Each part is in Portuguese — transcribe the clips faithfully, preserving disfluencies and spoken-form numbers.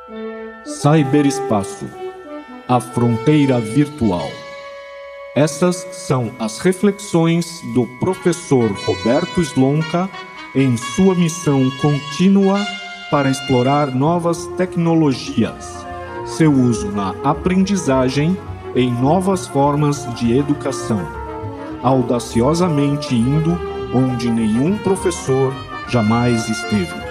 Cyberespaço, a fronteira virtual. Essas são as reflexões do professor Roberto Slonka em sua missão contínua para explorar novas tecnologias, seu uso na aprendizagem em novas formas de educação, audaciosamente indo onde nenhum professor jamais esteve.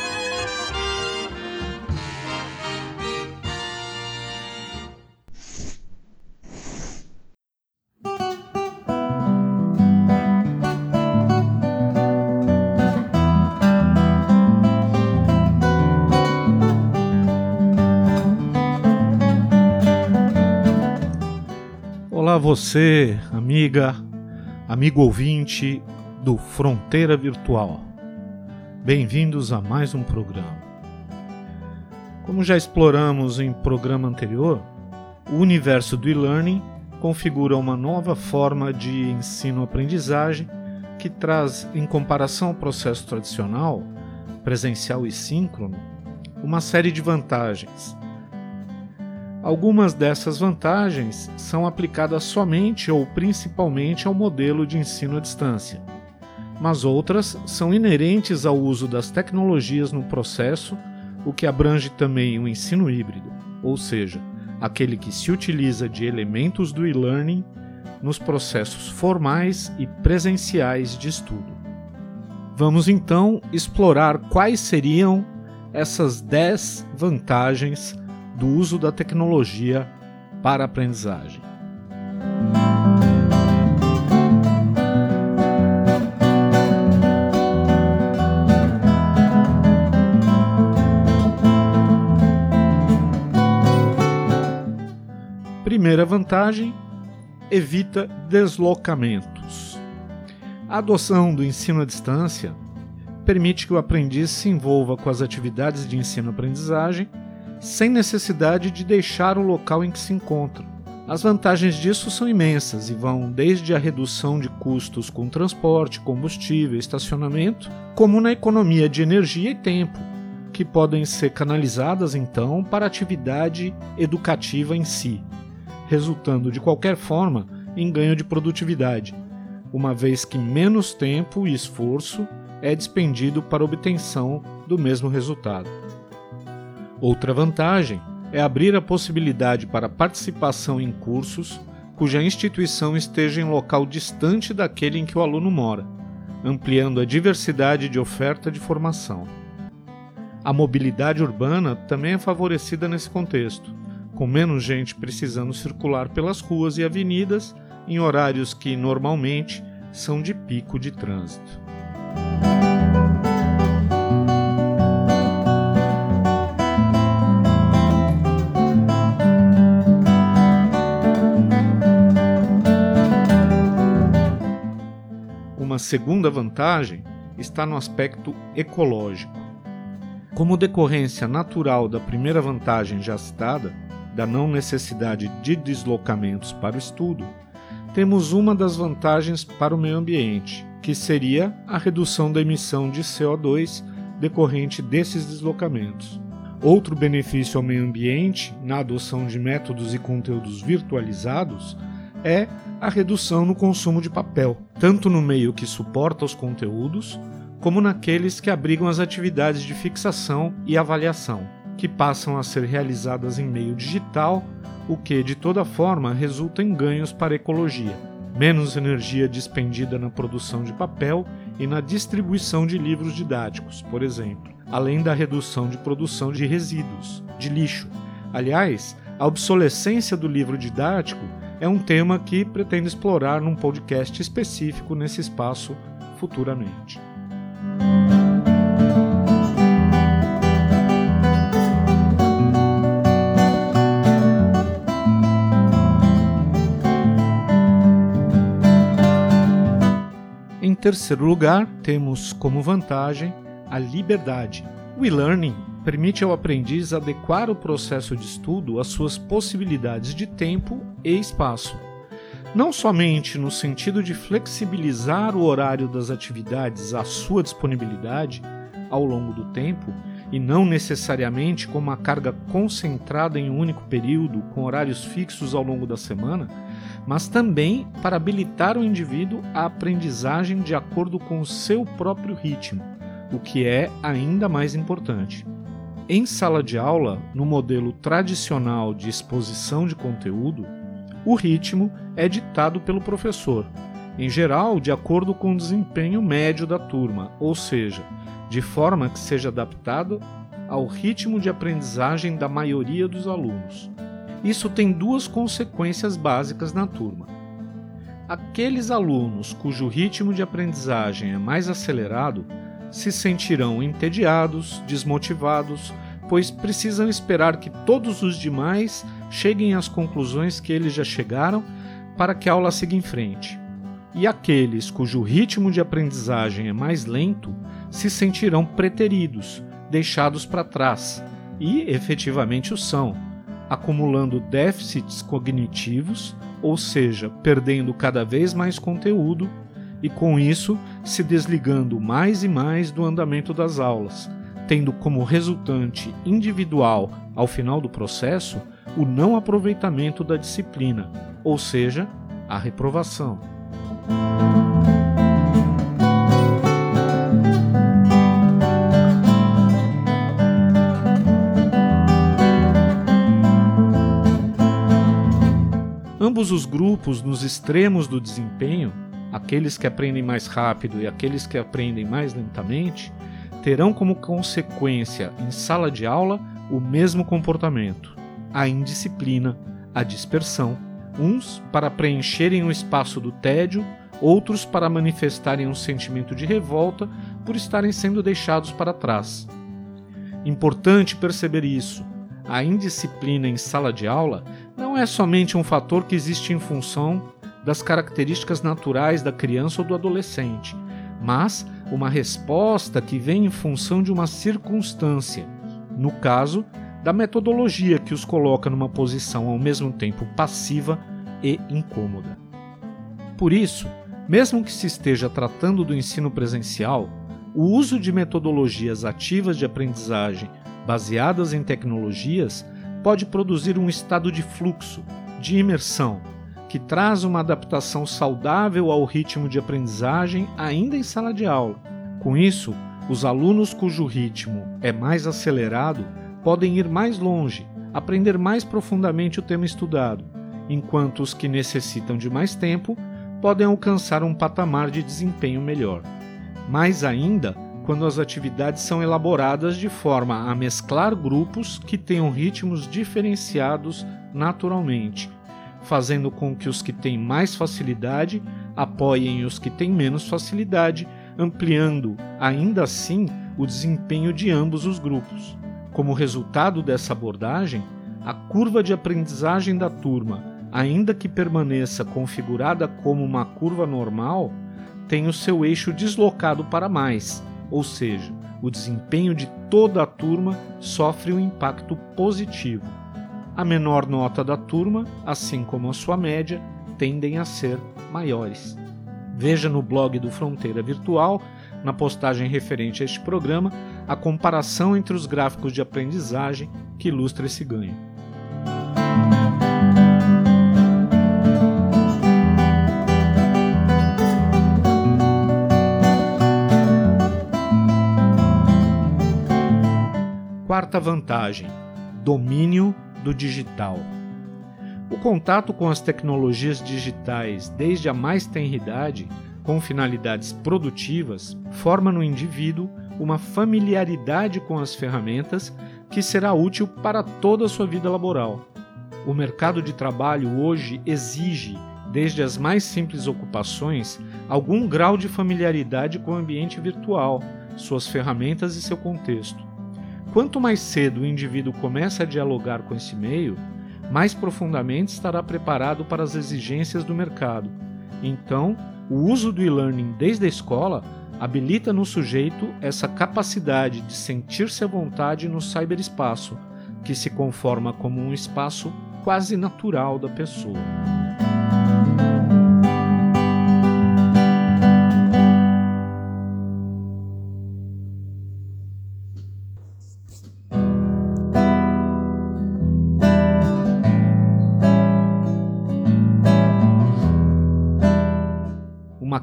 Olá você, amiga, amigo ouvinte do Fronteira Virtual. Bem-vindos a mais um programa. Como já exploramos em programa anterior, o universo do e-learning configura uma nova forma de ensino-aprendizagem que traz, em comparação ao processo tradicional, presencial e síncrono, uma série de vantagens. Algumas dessas vantagens são aplicadas somente ou principalmente ao modelo de ensino à distância, mas outras são inerentes ao uso das tecnologias no processo, o que abrange também o ensino híbrido, ou seja, aquele que se utiliza de elementos do e-learning nos processos formais e presenciais de estudo. Vamos então explorar quais seriam essas dez vantagens do uso da tecnologia para a aprendizagem. Primeira vantagem: evita deslocamentos. A adoção do ensino à distância permite que o aprendiz se envolva com as atividades de ensino-aprendizagem sem necessidade de deixar o local em que se encontra. As vantagens disso são imensas e vão desde a redução de custos com transporte, combustível e estacionamento, como na economia de energia e tempo, que podem ser canalizadas então para a atividade educativa em si, resultando de qualquer forma em ganho de produtividade, uma vez que menos tempo e esforço é despendido para a obtenção do mesmo resultado. Outra vantagem é abrir a possibilidade para participação em cursos cuja instituição esteja em local distante daquele em que o aluno mora, ampliando a diversidade de oferta de formação. A mobilidade urbana também é favorecida nesse contexto, com menos gente precisando circular pelas ruas e avenidas em horários que normalmente são de pico de trânsito. Uma segunda vantagem está no aspecto ecológico. Como decorrência natural da primeira vantagem já citada, da não necessidade de deslocamentos para o estudo, temos uma das vantagens para o meio ambiente, que seria a redução da emissão de C O dois decorrente desses deslocamentos. Outro benefício ao meio ambiente na adoção de métodos e conteúdos virtualizados é a redução no consumo de papel, tanto no meio que suporta os conteúdos, como naqueles que abrigam as atividades de fixação e avaliação, que passam a ser realizadas em meio digital, o que, de toda forma, resulta em ganhos para a ecologia, menos energia despendida na produção de papel e na distribuição de livros didáticos, por exemplo, além da redução de produção de resíduos, de lixo. Aliás, a obsolescência do livro didático é um tema que pretendo explorar num podcast específico nesse espaço futuramente. Em terceiro lugar, temos como vantagem a liberdade. O e-learning permite ao aprendiz adequar o processo de estudo às suas possibilidades de tempo e espaço. Não somente no sentido de flexibilizar o horário das atividades à sua disponibilidade ao longo do tempo e não necessariamente com uma carga concentrada em um único período, com horários fixos ao longo da semana, mas também para habilitar o indivíduo à aprendizagem de acordo com o seu próprio ritmo, o que é ainda mais importante. Em sala de aula, no modelo tradicional de exposição de conteúdo, o ritmo é ditado pelo professor, em geral de acordo com o desempenho médio da turma, ou seja, de forma que seja adaptado ao ritmo de aprendizagem da maioria dos alunos. Isso tem duas consequências básicas na turma. Aqueles alunos cujo ritmo de aprendizagem é mais acelerado se sentirão entediados, desmotivados, pois precisam esperar que todos os demais cheguem às conclusões que eles já chegaram para que a aula siga em frente. E aqueles cujo ritmo de aprendizagem é mais lento se sentirão preteridos, deixados para trás, e efetivamente o são, acumulando déficits cognitivos, ou seja, perdendo cada vez mais conteúdo e com isso se desligando mais e mais do andamento das aulas, tendo como resultante individual, ao final do processo, o não aproveitamento da disciplina, ou seja, a reprovação. Ambos os grupos nos extremos do desempenho, aqueles que aprendem mais rápido e aqueles que aprendem mais lentamente, terão como consequência em sala de aula o mesmo comportamento, a indisciplina, a dispersão, uns para preencherem o espaço do tédio, outros para manifestarem um sentimento de revolta por estarem sendo deixados para trás. Importante perceber isso. A indisciplina em sala de aula não é somente um fator que existe em função das características naturais da criança ou do adolescente, mas uma resposta que vem em função de uma circunstância, no caso, da metodologia que os coloca numa posição ao mesmo tempo passiva e incômoda. Por isso, mesmo que se esteja tratando do ensino presencial, o uso de metodologias ativas de aprendizagem baseadas em tecnologias pode produzir um estado de fluxo, de imersão, que traz uma adaptação saudável ao ritmo de aprendizagem ainda em sala de aula. Com isso, os alunos cujo ritmo é mais acelerado podem ir mais longe, aprender mais profundamente o tema estudado, enquanto os que necessitam de mais tempo podem alcançar um patamar de desempenho melhor. Mais ainda, quando as atividades são elaboradas de forma a mesclar grupos que tenham ritmos diferenciados naturalmente, fazendo com que os que têm mais facilidade apoiem os que têm menos facilidade, ampliando, ainda assim, o desempenho de ambos os grupos. Como resultado dessa abordagem, a curva de aprendizagem da turma, ainda que permaneça configurada como uma curva normal, tem o seu eixo deslocado para mais, ou seja, o desempenho de toda a turma sofre um impacto positivo. A menor nota da turma, assim como a sua média, tendem a ser maiores. Veja no blog do Fronteira Virtual, na postagem referente a este programa, a comparação entre os gráficos de aprendizagem que ilustra esse ganho. Quarta vantagem: domínio do digital. O contato com as tecnologias digitais desde a mais tenra idade, com finalidades produtivas, forma no indivíduo uma familiaridade com as ferramentas que será útil para toda a sua vida laboral. O mercado de trabalho hoje exige, desde as mais simples ocupações, algum grau de familiaridade com o ambiente virtual, suas ferramentas e seu contexto. Quanto mais cedo o indivíduo começa a dialogar com esse meio, mais profundamente estará preparado para as exigências do mercado. Então, o uso do e-learning desde a escola habilita no sujeito essa capacidade de sentir-se à vontade no ciberespaço, que se conforma como um espaço quase natural da pessoa.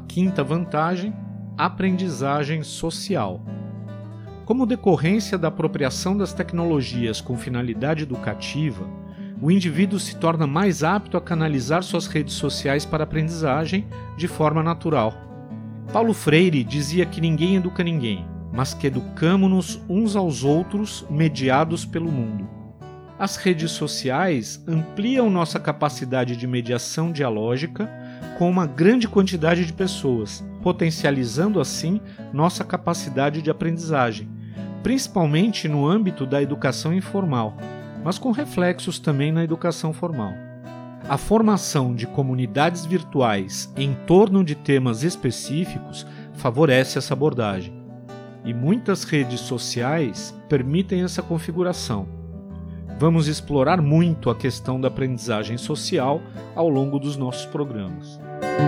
quinta vantagem, aprendizagem social. Como decorrência da apropriação das tecnologias com finalidade educativa, o indivíduo se torna mais apto a canalizar suas redes sociais para a aprendizagem de forma natural. Paulo Freire dizia que ninguém educa ninguém, mas que educamo-nos uns aos outros mediados pelo mundo. As redes sociais ampliam nossa capacidade de mediação dialógica com uma grande quantidade de pessoas, potencializando assim nossa capacidade de aprendizagem, principalmente no âmbito da educação informal, mas com reflexos também na educação formal. A formação de comunidades virtuais em torno de temas específicos favorece essa abordagem, e muitas redes sociais permitem essa configuração. Vamos explorar muito a questão da aprendizagem social ao longo dos nossos programas.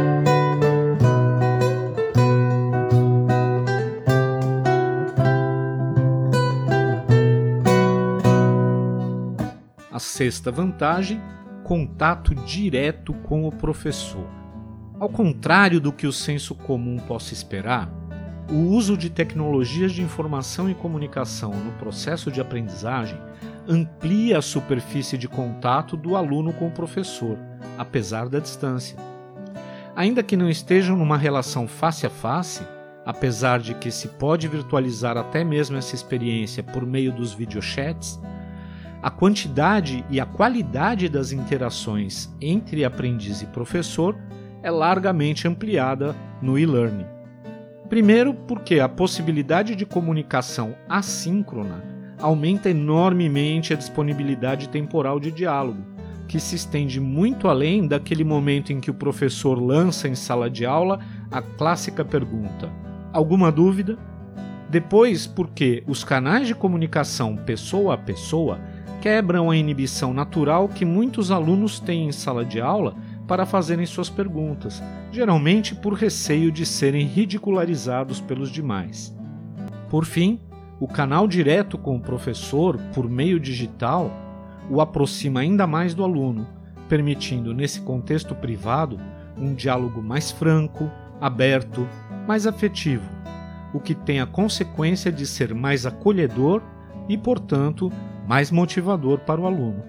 A sexta vantagem, contato direto com o professor. Ao contrário do que o senso comum possa esperar, o uso de tecnologias de informação e comunicação no processo de aprendizagem amplia a superfície de contato do aluno com o professor, apesar da distância. Ainda que não estejam numa relação face a face, apesar de que se pode virtualizar até mesmo essa experiência por meio dos videochats, a quantidade e a qualidade das interações entre aprendiz e professor é largamente ampliada no e-learning. Primeiro, porque a possibilidade de comunicação assíncrona aumenta enormemente a disponibilidade temporal de diálogo, que se estende muito além daquele momento em que o professor lança em sala de aula a clássica pergunta: alguma dúvida? Depois, porque os canais de comunicação pessoa a pessoa quebram a inibição natural que muitos alunos têm em sala de aula para fazerem suas perguntas, geralmente por receio de serem ridicularizados pelos demais. Por fim, o canal direto com o professor, por meio digital, o aproxima ainda mais do aluno, permitindo, nesse contexto privado, um diálogo mais franco, aberto, mais afetivo, o que tem a consequência de ser mais acolhedor e, portanto, mais motivador para o aluno.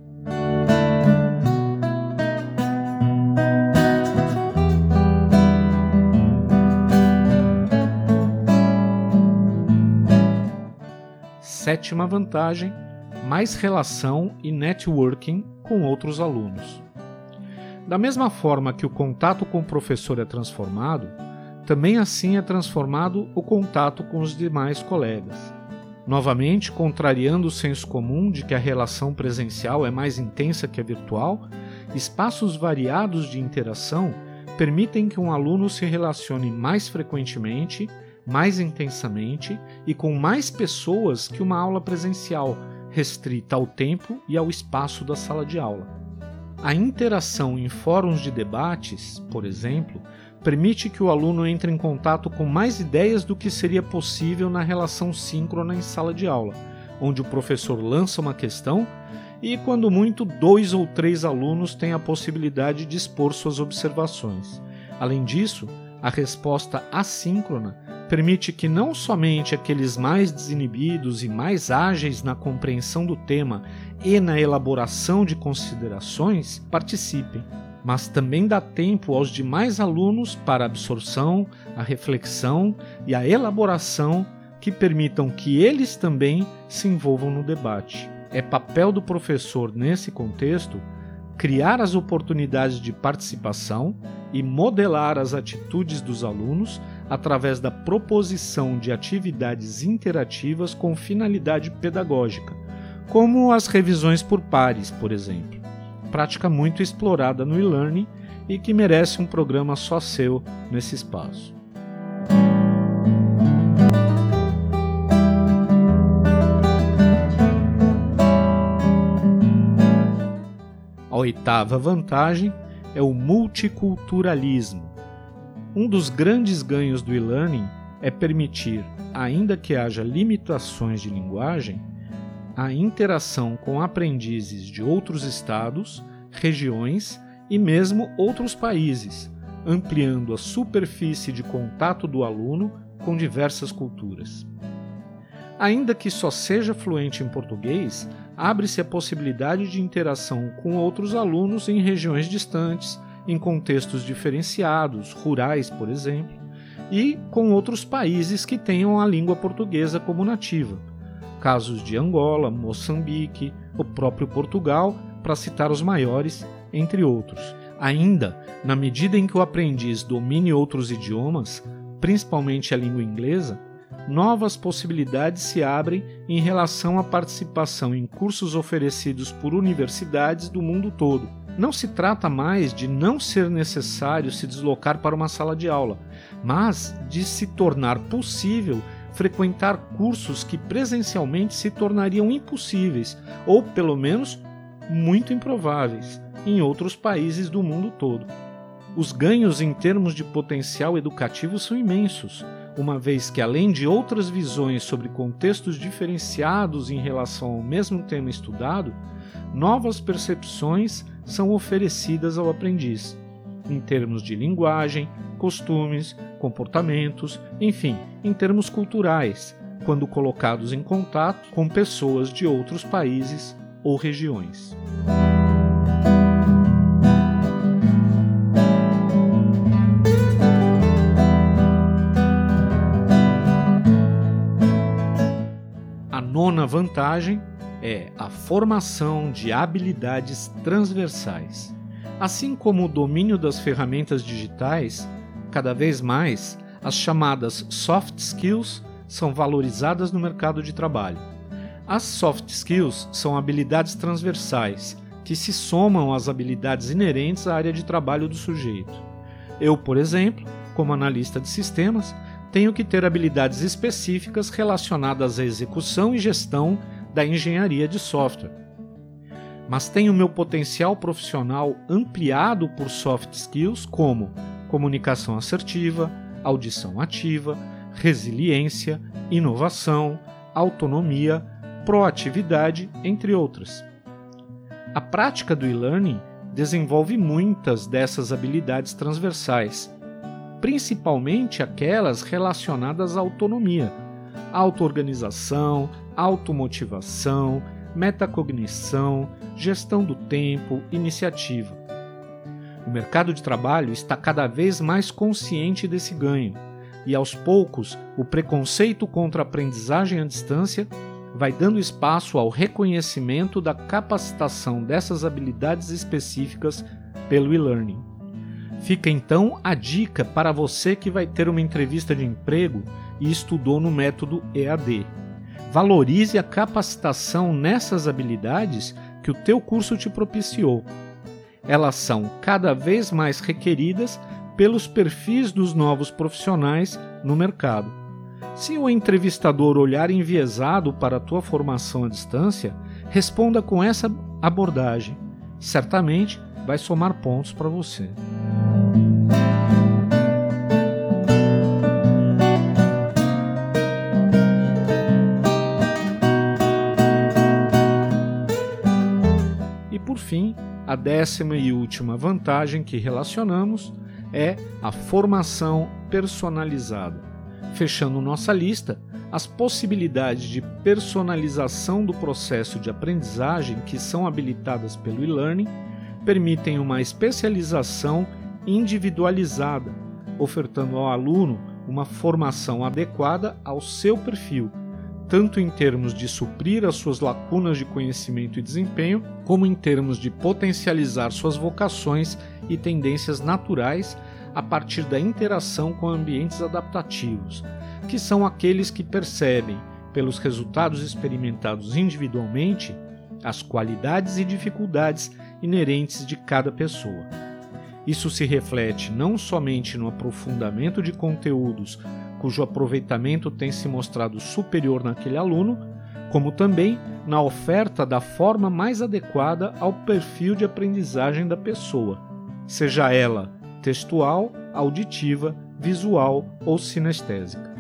Sétima vantagem, mais relação e networking com outros alunos. Da mesma forma que o contato com o professor é transformado, também assim é transformado o contato com os demais colegas. Novamente, contrariando o senso comum de que a relação presencial é mais intensa que a virtual, espaços variados de interação permitem que um aluno se relacione mais frequentemente, mais intensamente e com mais pessoas que uma aula presencial, restrita ao tempo e ao espaço da sala de aula. A interação em fóruns de debates, por exemplo, permite que o aluno entre em contato com mais ideias do que seria possível na relação síncrona em sala de aula, onde o professor lança uma questão e, quando muito, dois ou três alunos têm a possibilidade de expor suas observações. Além disso, a resposta assíncrona permite que não somente aqueles mais desinibidos e mais ágeis na compreensão do tema e na elaboração de considerações participem, mas também dá tempo aos demais alunos para a absorção, a reflexão e a elaboração que permitam que eles também se envolvam no debate. É papel do professor, nesse contexto, criar as oportunidades de participação e modelar as atitudes dos alunos através da proposição de atividades interativas com finalidade pedagógica, como as revisões por pares, por exemplo, prática muito explorada no e-learning e que merece um programa só seu nesse espaço. A oitava vantagem é o multiculturalismo. Um dos grandes ganhos do e-learning é permitir, ainda que haja limitações de linguagem, a interação com aprendizes de outros estados, regiões e mesmo outros países, ampliando a superfície de contato do aluno com diversas culturas. Ainda que só seja fluente em português, abre-se a possibilidade de interação com outros alunos em regiões distantes, em contextos diferenciados, rurais, por exemplo, e com outros países que tenham a língua portuguesa como nativa. Casos de Angola, Moçambique, o próprio Portugal, para citar os maiores, entre outros. Ainda, na medida em que o aprendiz domine outros idiomas, principalmente a língua inglesa, novas possibilidades se abrem em relação à participação em cursos oferecidos por universidades do mundo todo. Não se trata mais de não ser necessário se deslocar para uma sala de aula, mas de se tornar possível frequentar cursos que presencialmente se tornariam impossíveis, ou pelo menos muito improváveis, em outros países do mundo todo. Os ganhos em termos de potencial educativo são imensos, uma vez que, além de outras visões sobre contextos diferenciados em relação ao mesmo tema estudado, novas percepções são oferecidas ao aprendiz, em termos de linguagem, costumes, comportamentos, enfim, em termos culturais, quando colocados em contato com pessoas de outros países ou regiões. A nona vantagem é a formação de habilidades transversais. Assim como o domínio das ferramentas digitais, cada vez mais as chamadas soft skills são valorizadas no mercado de trabalho. As soft skills são habilidades transversais que se somam às habilidades inerentes à área de trabalho do sujeito. Eu, por exemplo, como analista de sistemas, tenho que ter habilidades específicas relacionadas à execução e gestão da engenharia de software. Mas tenho meu potencial profissional ampliado por soft skills como comunicação assertiva, audição ativa, resiliência, inovação, autonomia, proatividade, entre outras. A prática do e-learning desenvolve muitas dessas habilidades transversais, principalmente aquelas relacionadas à autonomia, auto-organização, automotivação, metacognição, gestão do tempo, iniciativa. O mercado de trabalho está cada vez mais consciente desse ganho, e aos poucos o preconceito contra a aprendizagem à distância vai dando espaço ao reconhecimento da capacitação dessas habilidades específicas pelo e-learning. Fica então a dica para você que vai ter uma entrevista de emprego e estudou no método E A D. Valorize a capacitação nessas habilidades que o teu curso te propiciou. Elas são cada vez mais requeridas pelos perfis dos novos profissionais no mercado. Se o entrevistador olhar enviesado para a tua formação à distância, responda com essa abordagem. Certamente vai somar pontos para você. E por fim, a décima e última vantagem que relacionamos é a formação personalizada. Fechando nossa lista, as possibilidades de personalização do processo de aprendizagem que são habilitadas pelo e-learning permitem uma especialização individualizada, ofertando ao aluno uma formação adequada ao seu perfil, tanto em termos de suprir as suas lacunas de conhecimento e desempenho, como em termos de potencializar suas vocações e tendências naturais a partir da interação com ambientes adaptativos, que são aqueles que percebem, pelos resultados experimentados individualmente, as qualidades e dificuldades inerentes de cada pessoa. Isso se reflete não somente no aprofundamento de conteúdos cujo aproveitamento tem se mostrado superior naquele aluno, como também na oferta da forma mais adequada ao perfil de aprendizagem da pessoa, seja ela textual, auditiva, visual ou sinestésica.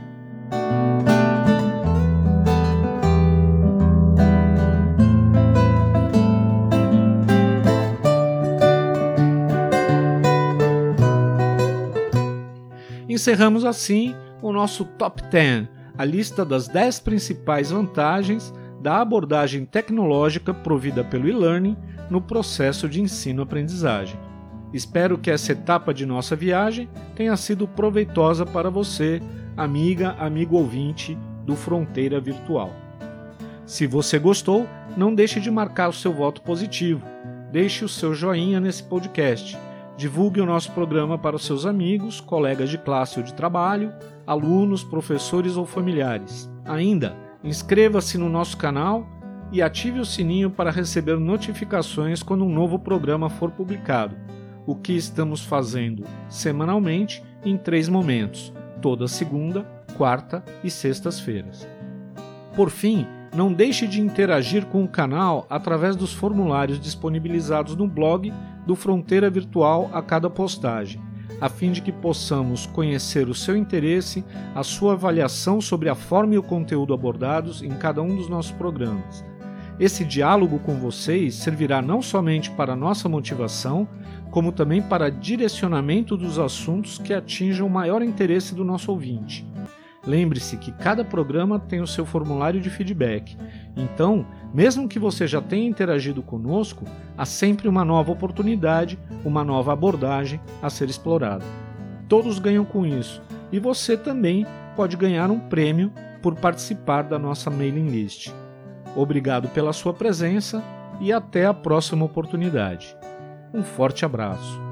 Encerramos assim o nosso Top dez, a lista das dez principais vantagens da abordagem tecnológica provida pelo e-learning no processo de ensino-aprendizagem. Espero que essa etapa de nossa viagem tenha sido proveitosa para você, amiga, amigo ouvinte do Fronteira Virtual. Se você gostou, não deixe de marcar o seu voto positivo. Deixe o seu joinha nesse podcast. Divulgue o nosso programa para os seus amigos, colegas de classe ou de trabalho, alunos, professores ou familiares. Ainda, inscreva-se no nosso canal e ative o sininho para receber notificações quando um novo programa for publicado, o que estamos fazendo semanalmente em três momentos, toda segunda, quarta e sextas-feiras. Por fim, não deixe de interagir com o canal através dos formulários disponibilizados no blog do Fronteira Virtual a cada postagem, a fim de que possamos conhecer o seu interesse, a sua avaliação sobre a forma e o conteúdo abordados em cada um dos nossos programas. Esse diálogo com vocês servirá não somente para nossa motivação, como também para direcionamento dos assuntos que atinjam o maior interesse do nosso ouvinte. Lembre-se que cada programa tem o seu formulário de feedback, então, mesmo que você já tenha interagido conosco, há sempre uma nova oportunidade, uma nova abordagem a ser explorada. Todos ganham com isso, e você também pode ganhar um prêmio por participar da nossa mailing list. Obrigado pela sua presença e até a próxima oportunidade. Um forte abraço.